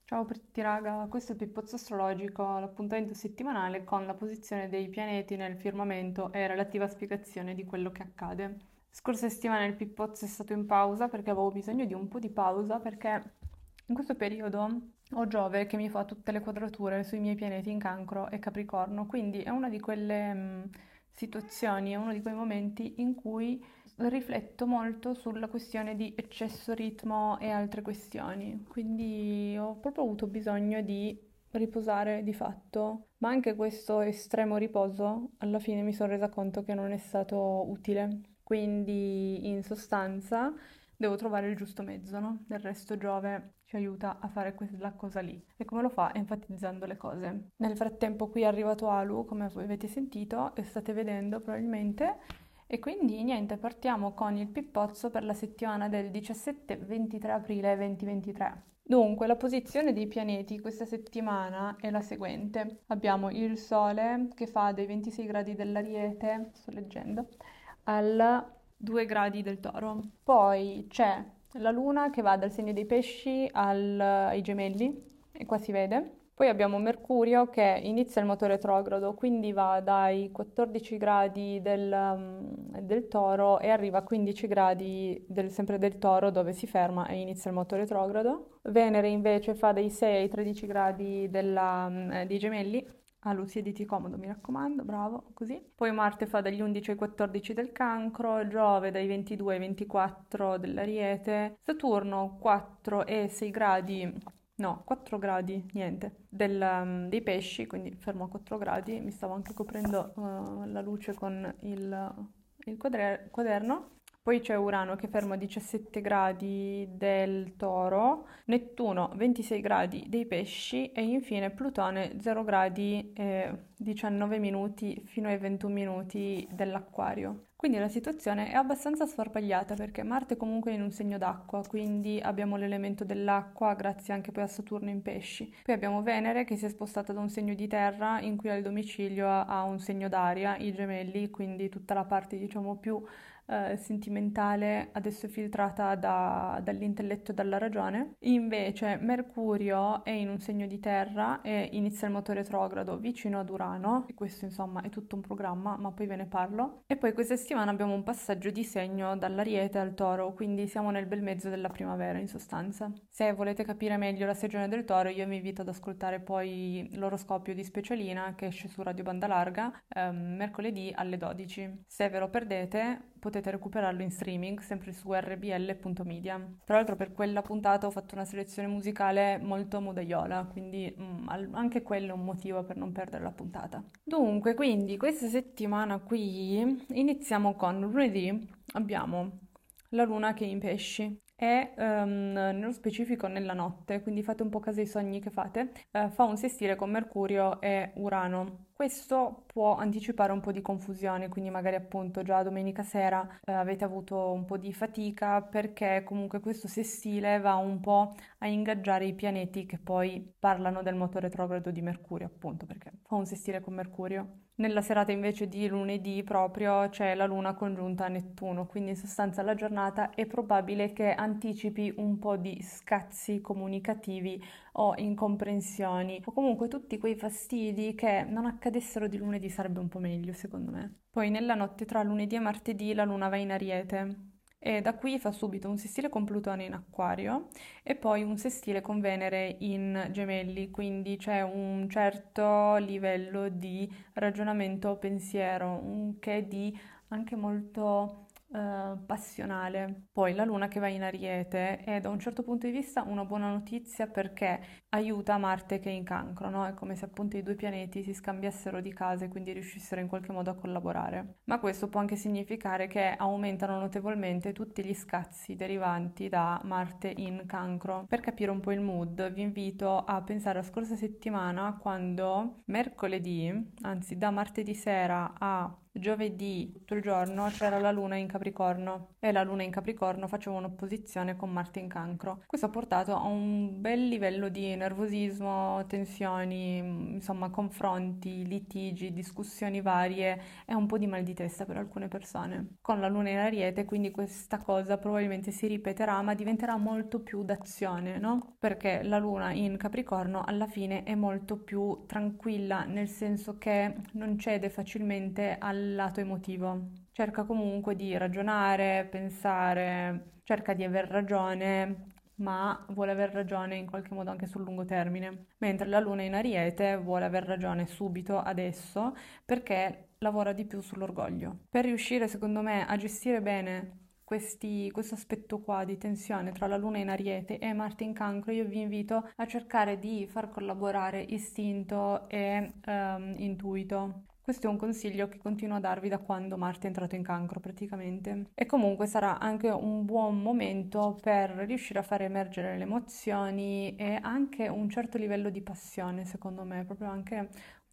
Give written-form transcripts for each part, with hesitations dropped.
Ciao Pritti raga, questo è il Pippozzo Astrologico, l'appuntamento settimanale con la posizione dei pianeti nel firmamento e relativa spiegazione di quello che accade. Scorsa settimana il Pippozzo è stato in pausa perché avevo bisogno di un po' di pausa perché in questo periodo ho Giove che mi fa tutte le quadrature sui miei pianeti in Cancro e Capricorno, quindi è una di quelle situazioni, è uno di quei momenti in cui rifletto molto sulla questione di eccesso ritmo e altre questioni, quindi ho proprio avuto bisogno di riposare di fatto, ma anche questo estremo riposo alla fine mi sono resa conto che non è stato utile, quindi in sostanza devo trovare il giusto mezzo, no? Del resto Giove ci aiuta a fare quella cosa lì. E come lo fa? Enfatizzando le cose. Nel frattempo qui è arrivato Alu, come voi avete sentito e state vedendo probabilmente, e quindi niente, partiamo con il pippozzo per la settimana del 17-23 aprile 2023. Dunque, la posizione dei pianeti questa settimana è la seguente. Abbiamo il Sole che fa dai 26 gradi dell'Ariete, sto leggendo, al 2 gradi del Toro. Poi c'è la Luna che va dal segno dei Pesci ai Gemelli, e qua si vede. Poi abbiamo Mercurio che inizia il motore retrogrado, quindi va dai 14 gradi del Toro e arriva a 15 gradi sempre del Toro dove si ferma e inizia il motore retrogrado. Venere invece fa dai 6 ai 13 gradi dei Gemelli. Ah, siediti comodo, mi raccomando, bravo, così. Poi Marte fa dagli 11 ai 14 del Cancro, Giove dai 22 ai 24 dell'Ariete, Saturno 4 e 6 gradi, no, 4 gradi, niente, dei pesci, quindi fermo a 4 gradi, mi stavo anche coprendo la luce con il quaderno. Poi c'è Urano che ferma a 17 gradi del Toro, Nettuno 26 gradi dei Pesci e infine Plutone 0 gradi e 19 minuti fino ai 21 minuti dell'Acquario. Quindi la situazione è abbastanza sfarpagliata perché Marte comunque è in un segno d'acqua, quindi abbiamo l'elemento dell'acqua grazie anche poi a Saturno in pesci. Poi abbiamo Venere che si è spostata da un segno di terra in cui al domicilio ha un segno d'aria, i gemelli, quindi tutta la parte diciamo più sentimentale adesso è filtrata dall'intelletto e dalla ragione. Invece Mercurio è in un segno di terra e inizia il motore retrogrado vicino ad Urano, e questo insomma è tutto un programma, ma poi ve ne parlo. E poi questa settimana abbiamo un passaggio di segno dall'Ariete al Toro, quindi siamo nel bel mezzo della primavera in sostanza. Se volete capire meglio la stagione del Toro, io vi invito ad ascoltare poi l'oroscopio di Specialina che esce su Radio Banda Larga mercoledì alle 12. Se ve lo perdete, potete recuperarlo in streaming sempre su rbl.media. Tra l'altro per quella puntata ho fatto una selezione musicale molto modaiola, quindi anche quello è un motivo per non perdere la puntata. Dunque, quindi questa settimana qui iniziamo con lunedì, abbiamo la luna che è in pesci e nello specifico nella notte, quindi fate un po' caso ai sogni che fate, fa un sestile con Mercurio e Urano. Questo può anticipare un po' di confusione, quindi magari appunto già domenica sera avete avuto un po' di fatica perché comunque questo sestile va un po' a ingaggiare i pianeti che poi parlano del motore retrogrado di Mercurio, appunto perché fa un sestile con Mercurio. Nella serata invece di lunedì proprio c'è la luna congiunta a Nettuno, quindi in sostanza la giornata è probabile che anticipi un po' di scazzi comunicativi o incomprensioni o comunque tutti quei fastidi che non accadessero di lunedì sarebbe un po' meglio secondo me. Poi nella notte tra lunedì e martedì la luna va in Ariete e da qui fa subito un sestile con Plutone in Acquario e poi un sestile con Venere in Gemelli, quindi c'è un certo livello di ragionamento, pensiero, un che di anche molto passionale. Poi la luna che va in Ariete è da un certo punto di vista una buona notizia perché aiuta Marte che è in Cancro, no? È come se appunto i due pianeti si scambiassero di case e quindi riuscissero in qualche modo a collaborare. Ma questo può anche significare che aumentano notevolmente tutti gli scazzi derivanti da Marte in Cancro. Per capire un po' il mood, vi invito a pensare alla scorsa settimana quando mercoledì, anzi da martedì sera a Giovedì tutto il giorno c'era la luna in Capricorno e la luna in Capricorno faceva un'opposizione con Marte in Cancro. Questo ha portato a un bel livello di nervosismo, tensioni, insomma confronti, litigi, discussioni varie e un po' di mal di testa per alcune persone. Con la luna in Ariete quindi questa cosa probabilmente si ripeterà ma diventerà molto più d'azione, no? Perché la luna in Capricorno alla fine è molto più tranquilla, nel senso che non cede facilmente al lato emotivo. Cerca comunque di ragionare, pensare, cerca di aver ragione, ma vuole aver ragione in qualche modo anche sul lungo termine. Mentre la luna in Ariete vuole aver ragione subito, adesso, perché lavora di più sull'orgoglio. Per riuscire, secondo me, a gestire bene questo aspetto qua di tensione tra la Luna in Ariete e Marte in Cancro, io vi invito a cercare di far collaborare istinto e intuito. Questo è un consiglio che continuo a darvi da quando Marte è entrato in Cancro praticamente. E comunque sarà anche un buon momento per riuscire a far emergere le emozioni e anche un certo livello di passione, secondo me, proprio anche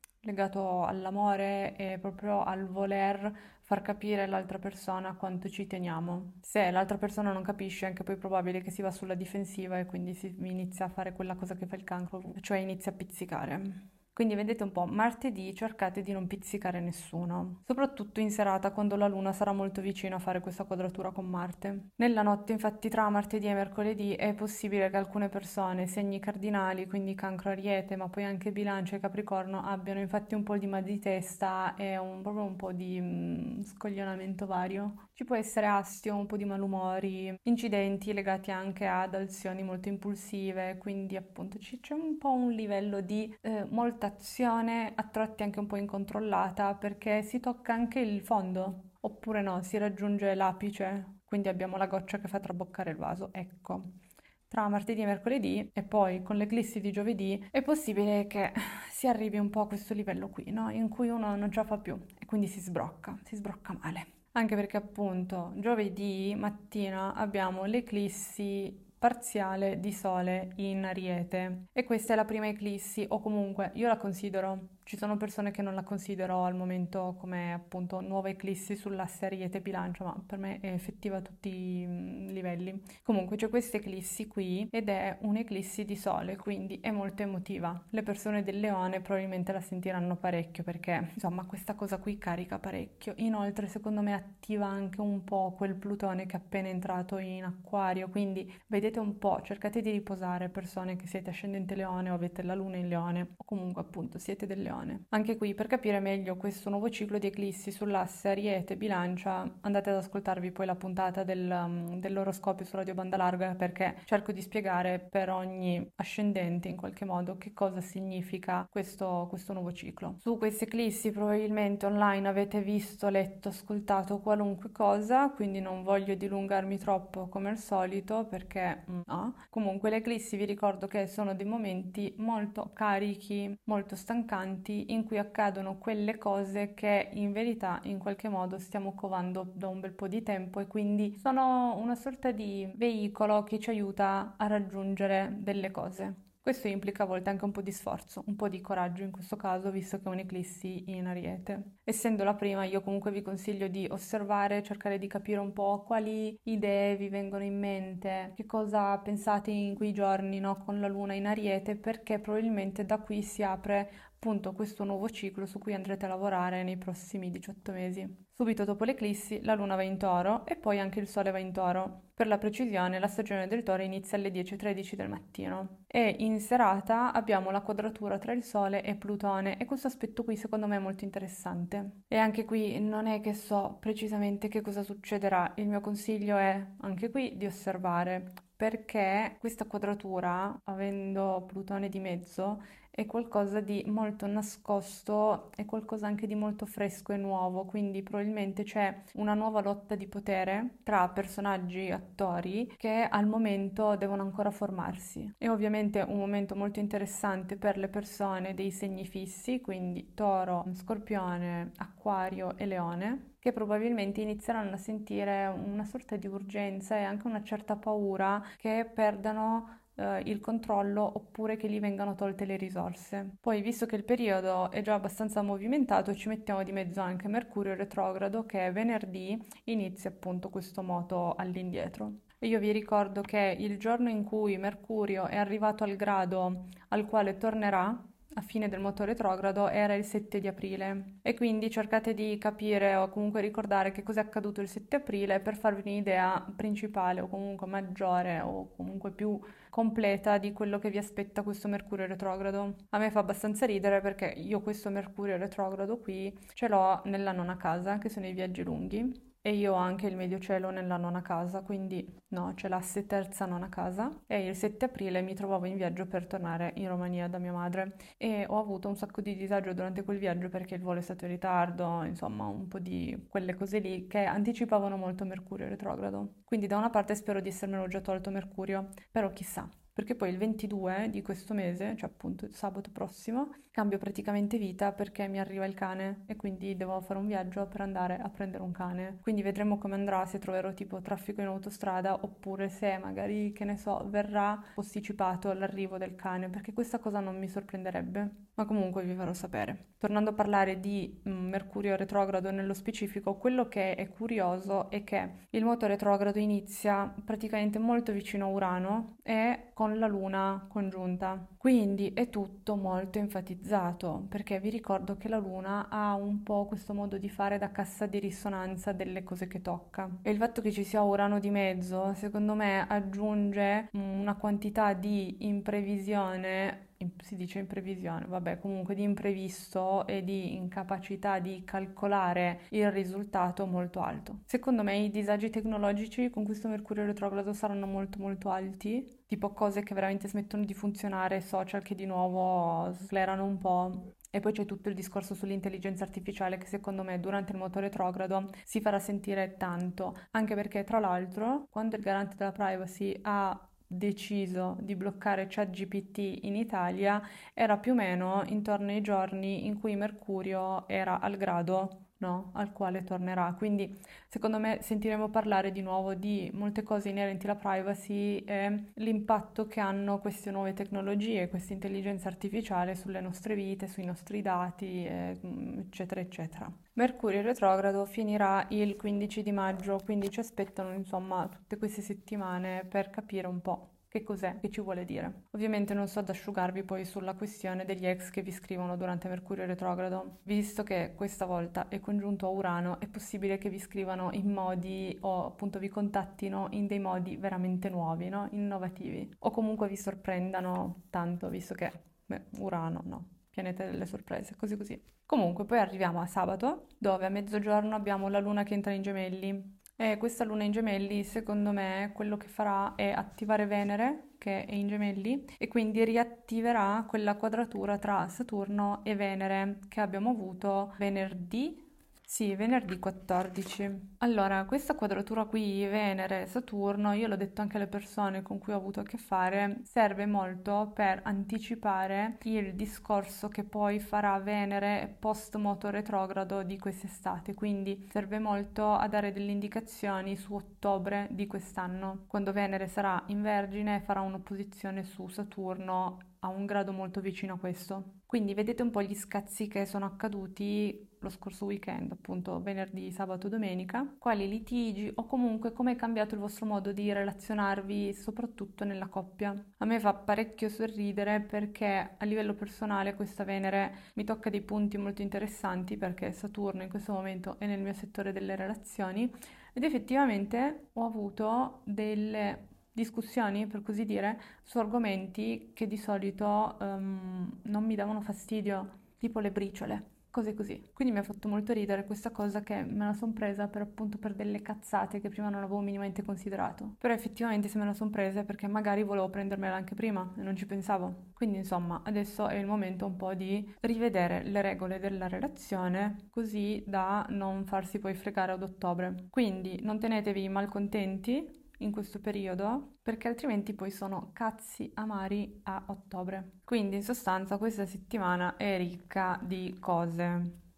legato all'amore e proprio al voler far capire all'altra persona quanto ci teniamo. Se l'altra persona non capisce, è anche poi probabile che si va sulla difensiva e quindi si inizia a fare quella cosa che fa il cancro, cioè inizia a pizzicare. Quindi vedete un po', martedì cercate di non pizzicare nessuno, soprattutto in serata quando la luna sarà molto vicina a fare questa quadratura con Marte. Nella notte, infatti, tra martedì e mercoledì è possibile che alcune persone, segni cardinali, quindi cancro ariete, ma poi anche bilancia e capricorno, abbiano infatti un po' di mal di testa e proprio un po' di scoglionamento vario. Ci può essere astio, un po' di malumori, incidenti legati anche ad azioni molto impulsive, quindi appunto c'è un po' un livello di molta azione, a tratti anche un po' incontrollata, perché si tocca anche il fondo, oppure no, si raggiunge l'apice, quindi abbiamo la goccia che fa traboccare il vaso, ecco. Tra martedì e mercoledì e poi con l'eclissi di giovedì è possibile che si arrivi un po' a questo livello qui, no? In cui uno non ce la fa più e quindi si sbrocca male. Anche perché appunto giovedì mattina abbiamo l'eclissi parziale di Sole in Ariete e questa è la prima eclissi o comunque io la considero, ci sono persone che non la considero al momento come appunto nuova eclissi sull'asse Ariete Bilancia, ma per me è effettiva a tutti i livelli. Comunque c'è questa eclissi qui ed è un'eclissi di Sole, quindi è molto emotiva. Le persone del Leone probabilmente la sentiranno parecchio perché insomma questa cosa qui carica parecchio. Inoltre secondo me attiva anche un po' quel Plutone che è appena entrato in Acquario, quindi vedete un po', cercate di riposare persone che siete ascendente Leone o avete la Luna in Leone o comunque appunto siete del Leone. Anche qui per capire meglio questo nuovo ciclo di eclissi sull'asse Ariete Bilancia andate ad ascoltarvi poi la puntata dell'oroscopio su Radio Banda Larga perché cerco di spiegare per ogni ascendente in qualche modo che cosa significa questo nuovo ciclo. Su queste eclissi probabilmente online avete visto, letto, ascoltato qualunque cosa, quindi non voglio dilungarmi troppo come al solito perché no. Comunque le eclissi vi ricordo che sono dei momenti molto carichi, molto stancanti in cui accadono quelle cose che in verità in qualche modo stiamo covando da un bel po' di tempo e quindi sono una sorta di veicolo che ci aiuta a raggiungere delle cose. Questo implica a volte anche un po' di sforzo, un po' di coraggio in questo caso, visto che è un'eclissi in Ariete. Essendo la prima, io comunque vi consiglio di osservare, cercare di capire un po' quali idee vi vengono in mente, che cosa pensate in quei giorni, no, con la luna in Ariete, perché probabilmente da qui si apre appunto questo nuovo ciclo su cui andrete a lavorare nei prossimi 18 mesi. Subito dopo l'eclissi la luna va in toro e poi anche il sole va in toro. Per la precisione la stagione del toro inizia alle 10:13 del mattino e in serata abbiamo la quadratura tra il sole e Plutone e questo aspetto qui secondo me è molto interessante. E anche qui non è che so precisamente che cosa succederà, il mio consiglio è anche qui di osservare perché questa quadratura, avendo Plutone di mezzo, è qualcosa di molto nascosto, è qualcosa anche di molto fresco e nuovo, quindi probabilmente c'è una nuova lotta di potere tra personaggi, attori che al momento devono ancora formarsi. È ovviamente un momento molto interessante per le persone dei segni fissi, quindi Toro, Scorpione, Acquario e Leone, che probabilmente inizieranno a sentire una sorta di urgenza e anche una certa paura che perdano il controllo oppure che gli vengano tolte le risorse. Poi, visto che il periodo è già abbastanza movimentato, ci mettiamo di mezzo anche Mercurio retrogrado, che venerdì inizia appunto questo moto all'indietro. E io vi ricordo che il giorno in cui Mercurio è arrivato al grado al quale tornerà, a fine del moto retrogrado, era il 7 di aprile, e quindi cercate di capire o comunque ricordare che cosa è accaduto il 7 aprile per farvi un'idea principale o comunque maggiore o comunque più completa di quello che vi aspetta questo Mercurio retrogrado. A me fa abbastanza ridere perché io questo Mercurio retrogrado qui ce l'ho nella nona casa, che sono i viaggi lunghi, e io ho anche il medio cielo nella nona casa, quindi no, c'è l'asse terza nona casa, e il 7 aprile mi trovavo in viaggio per tornare in Romania da mia madre e ho avuto un sacco di disagio durante quel viaggio perché il volo è stato in ritardo, insomma un po' di quelle cose lì che anticipavano molto Mercurio retrogrado. Quindi da una parte spero di essermelo già tolto Mercurio, però chissà. Perché poi il 22 di questo mese, cioè appunto il sabato prossimo, cambio praticamente vita perché mi arriva il cane e quindi devo fare un viaggio per andare a prendere un cane. Quindi vedremo come andrà, se troverò tipo traffico in autostrada oppure se magari, che ne so, verrà posticipato l'arrivo del cane, perché questa cosa non mi sorprenderebbe. Ma comunque vi farò sapere. Tornando a parlare di Mercurio retrogrado nello specifico, quello che è curioso è che il moto retrogrado inizia praticamente molto vicino a Urano e con la Luna congiunta. Quindi è tutto molto enfatizzato, perché vi ricordo che la Luna ha un po' questo modo di fare da cassa di risonanza delle cose che tocca. E il fatto che ci sia Urano di mezzo, secondo me, aggiunge una quantità di imprevisione, si dice imprevisione, vabbè, comunque di imprevisto e di incapacità di calcolare il risultato molto alto. Secondo me i disagi tecnologici con questo Mercurio retrogrado saranno molto molto alti, tipo cose che veramente smettono di funzionare, social che di nuovo sclerano un po'. E poi c'è tutto il discorso sull'intelligenza artificiale che secondo me durante il moto retrogrado si farà sentire tanto, anche perché tra l'altro quando il garante della privacy ha deciso di bloccare ChatGPT in Italia era più o meno intorno ai giorni in cui Mercurio era al grado, no, al quale tornerà. Quindi secondo me sentiremo parlare di nuovo di molte cose inerenti alla privacy e l'impatto che hanno queste nuove tecnologie, questa intelligenza artificiale sulle nostre vite, sui nostri dati, eccetera, eccetera. Mercurio retrogrado finirà il 15 di maggio, quindi ci aspettano insomma tutte queste settimane per capire un po' che cos'è che ci vuole dire. Ovviamente non sto ad asciugarvi poi sulla questione degli ex che vi scrivono durante Mercurio retrogrado, visto che questa volta è congiunto a Urano, è possibile che vi scrivano in modi o appunto vi contattino in dei modi veramente nuovi, no? Innovativi, o comunque vi sorprendano tanto, visto che Urano, no? Pianeta delle sorprese, così così. Comunque poi arriviamo a sabato, dove a mezzogiorno abbiamo la luna che entra in gemelli. E questa luna in gemelli, secondo me, quello che farà è attivare Venere, che è in gemelli, e quindi riattiverà quella quadratura tra Saturno e Venere che abbiamo avuto venerdì. Sì, venerdì 14. Allora, questa quadratura qui, Venere-Saturno, io l'ho detto anche alle persone con cui ho avuto a che fare, serve molto per anticipare il discorso che poi farà Venere post-moto retrogrado di quest'estate, quindi serve molto a dare delle indicazioni su ottobre di quest'anno, quando Venere sarà in Vergine e farà un'opposizione su Saturno a un grado molto vicino a questo. Quindi vedete un po' gli scazzi che sono accaduti lo scorso weekend, appunto venerdì, sabato, domenica, quali litigi o comunque come è cambiato il vostro modo di relazionarvi, soprattutto nella coppia. A me fa parecchio sorridere perché a livello personale questa Venere mi tocca dei punti molto interessanti perché Saturno in questo momento è nel mio settore delle relazioni ed effettivamente ho avuto delle discussioni, per così dire, su argomenti che di solito non mi davano fastidio, tipo le briciole, cose così. Quindi mi ha fatto molto ridere questa cosa che me la son presa per appunto per delle cazzate che prima non avevo minimamente considerato. Però effettivamente se me la son presa è perché magari volevo prendermela anche prima e non ci pensavo. Quindi insomma, adesso è il momento un po' di rivedere le regole della relazione così da non farsi poi fregare ad ottobre. Quindi non tenetevi malcontenti in questo periodo perché altrimenti poi sono cazzi amari a ottobre. Quindi in sostanza questa settimana è ricca di cose.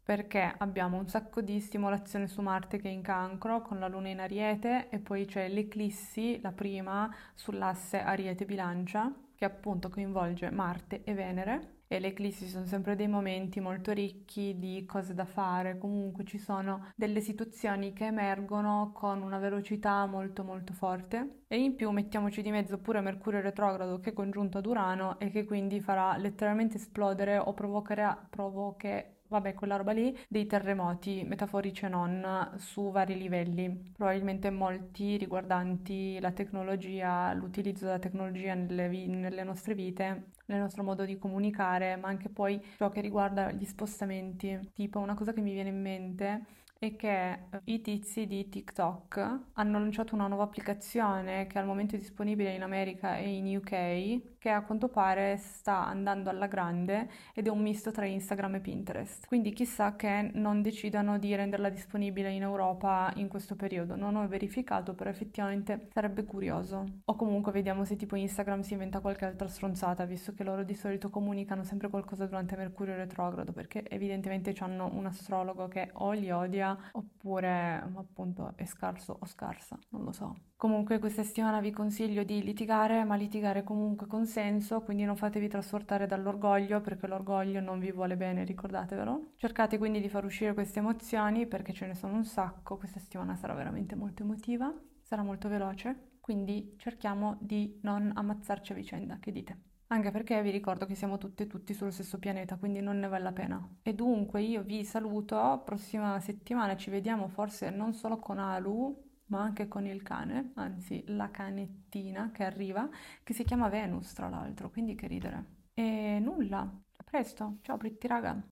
perché abbiamo un sacco di stimolazione su Marte che è in Cancro con la Luna in Ariete e poi c'è l'eclissi, la prima, sull'asse Ariete-Bilancia, che appunto coinvolge Marte e Venere. E le eclissi sono sempre dei momenti molto ricchi di cose da fare, comunque ci sono delle situazioni che emergono con una velocità molto molto forte e in più mettiamoci di mezzo pure Mercurio retrogrado che è congiunto ad Urano e che quindi farà letteralmente esplodere o vabbè, quella roba lì, dei terremoti, metaforici e non, su vari livelli. Probabilmente molti riguardanti la tecnologia, l'utilizzo della tecnologia nelle nostre vite, nel nostro modo di comunicare, ma anche poi ciò che riguarda gli spostamenti. Tipo, una cosa che mi viene in mente è che i tizi di TikTok hanno lanciato una nuova applicazione che al momento è disponibile in America e in UK, che a quanto pare sta andando alla grande ed è un misto tra Instagram e Pinterest. Quindi chissà che non decidano di renderla disponibile in Europa in questo periodo. Non ho verificato, però effettivamente sarebbe curioso. O comunque vediamo se tipo Instagram si inventa qualche altra stronzata, visto che loro di solito comunicano sempre qualcosa durante Mercurio retrogrado, perché evidentemente hanno un astrologo che o li odia oppure appunto è scarso o scarsa, non lo so. Comunque questa settimana vi consiglio di litigare, ma litigare comunque con senso, quindi non fatevi trasportare dall'orgoglio perché l'orgoglio non vi vuole bene, ricordatevelo. Cercate quindi di far uscire queste emozioni perché ce ne sono un sacco, questa settimana sarà veramente molto emotiva, sarà molto veloce, quindi cerchiamo di non ammazzarci a vicenda, che dite? Anche perché vi ricordo che siamo tutte e tutti sullo stesso pianeta, quindi non ne vale la pena. E dunque io vi saluto, prossima settimana ci vediamo forse non solo con Alu, ma anche con il cane, anzi la canettina che arriva, che si chiama Venus tra l'altro, quindi che ridere. E nulla, a presto, ciao Britti raga!